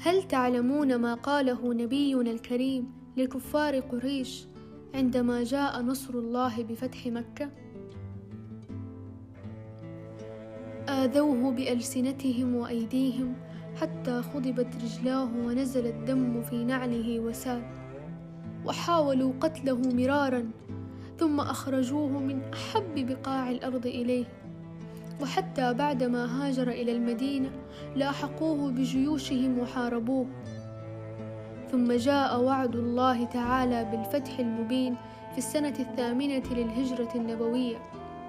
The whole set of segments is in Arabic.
هل تعلمون ما قاله نبينا الكريم لكفار قريش عندما جاء نصر الله بفتح مكة؟ آذوه بألسنتهم وأيديهم حتى خضبت رجلاه ونزل الدم في نعله وسال، وحاولوا قتله مرارا، ثم أخرجوه من أحب بقاع الأرض إليه، وحتى بعدما هاجر إلى المدينة لاحقوه بجيوشهم وحاربوه. ثم جاء وعد الله تعالى بالفتح المبين في السنة 8 للهجرة النبوية،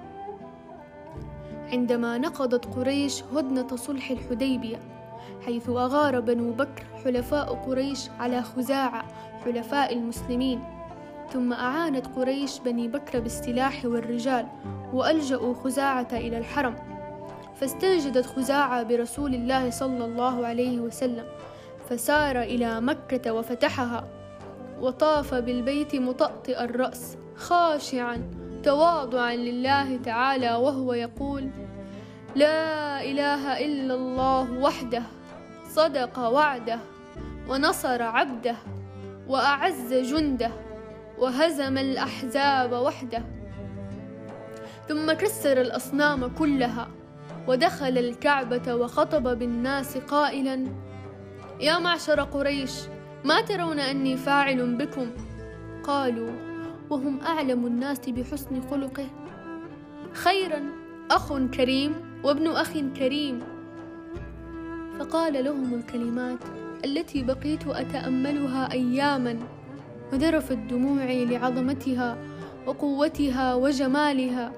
عندما نقضت قريش هدنة صلح الحديبية، حيث أغار بنو بكر حلفاء قريش على خزاعة حلفاء المسلمين، ثم أعانت قريش بني بكر بالسلاح والرجال، وألجأوا خزاعة إلى الحرم، فاستنجدت خزاعة برسول الله صلى الله عليه وسلم، فسار إلى مكة وفتحها، وطاف بالبيت مطأطئ الرأس خاشعا تواضعا لله تعالى، وهو يقول: لا إله إلا الله وحده، صدق وعده، ونصر عبده، وأعز جنده، وهزم الأحزاب وحده. ثم كسر الأصنام كلها، ودخل الكعبة وخطب بالناس قائلا: يا معشر قريش، ما ترون أني فاعل بكم؟ قالوا وهم أعلم الناس بحسن خلقه: خيرا، أخ كريم وابن أخ كريم. فقال لهم الكلمات التي بقيت أتأملها أياما، وذرفت دموعي لعظمتها وقوتها وجمالها: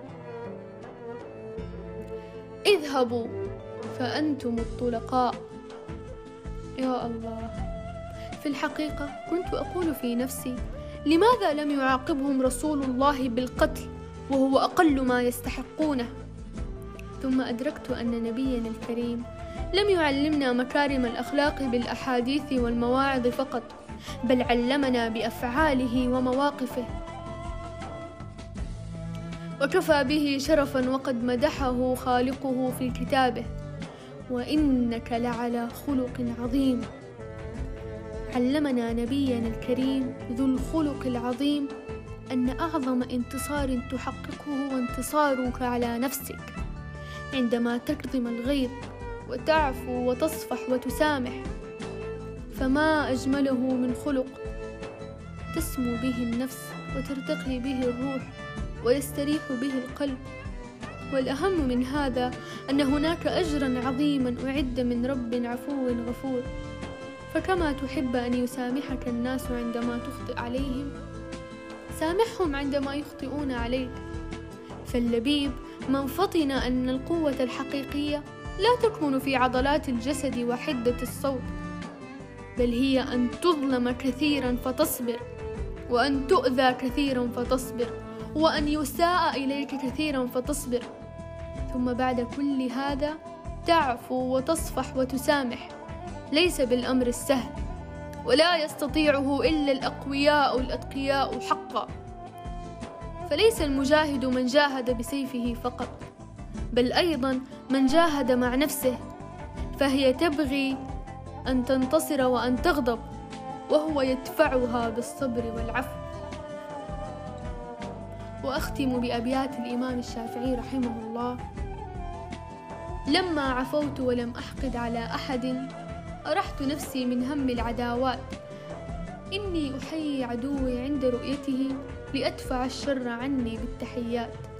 اذهبوا فأنتم الطلقاء. يا الله، في الحقيقة كنت أقول في نفسي: لماذا لم يعاقبهم رسول الله بالقتل وهو أقل ما يستحقونه؟ ثم أدركت أن نبينا الكريم لم يعلمنا مكارم الأخلاق بالأحاديث والمواعظ فقط، بل علمنا بأفعاله ومواقفه، وكفى به شرفا وقد مدحه خالقه في كتابه: وإنك لعلى خلق عظيم. علمنا نبينا الكريم ذو الخلق العظيم أن أعظم انتصار تحققه هو انتصارك على نفسك، عندما تكظم الغيظ وتعفو وتصفح وتسامح، فما أجمله من خلق تسمو به النفس وترتقي به الروح ويستريح به القلب. والأهم من هذا أن هناك أجرا عظيما أعد من رب عفو غفور، فكما تحب أن يسامحك الناس عندما تخطئ عليهم، سامحهم عندما يخطئون عليك. فاللبيب من فطن أن القوة الحقيقية لا تكمن في عضلات الجسد وحدة الصوت، بل هي أن تظلم كثيرا فتصبر، وأن تؤذى كثيرا فتصبر، وأن يساء إليك كثيرا فتصبر، ثم بعد كل هذا تعفو وتصفح وتسامح. ليس بالأمر السهل، ولا يستطيعه إلا الأقوياء الأتقياء حقا. فليس المجاهد من جاهد بسيفه فقط، بل أيضا من جاهد مع نفسه، فهي تبغي أن تنتصر وأن تغضب، وهو يدفعها بالصبر والعفو. وأختم بأبيات الإمام الشافعي رحمه الله: لما عفوت ولم أحقد على أحد، أرحت نفسي من هم العداوات، إني أحيي عدوي عند رؤيته، لأدفع الشر عني بالتحيات.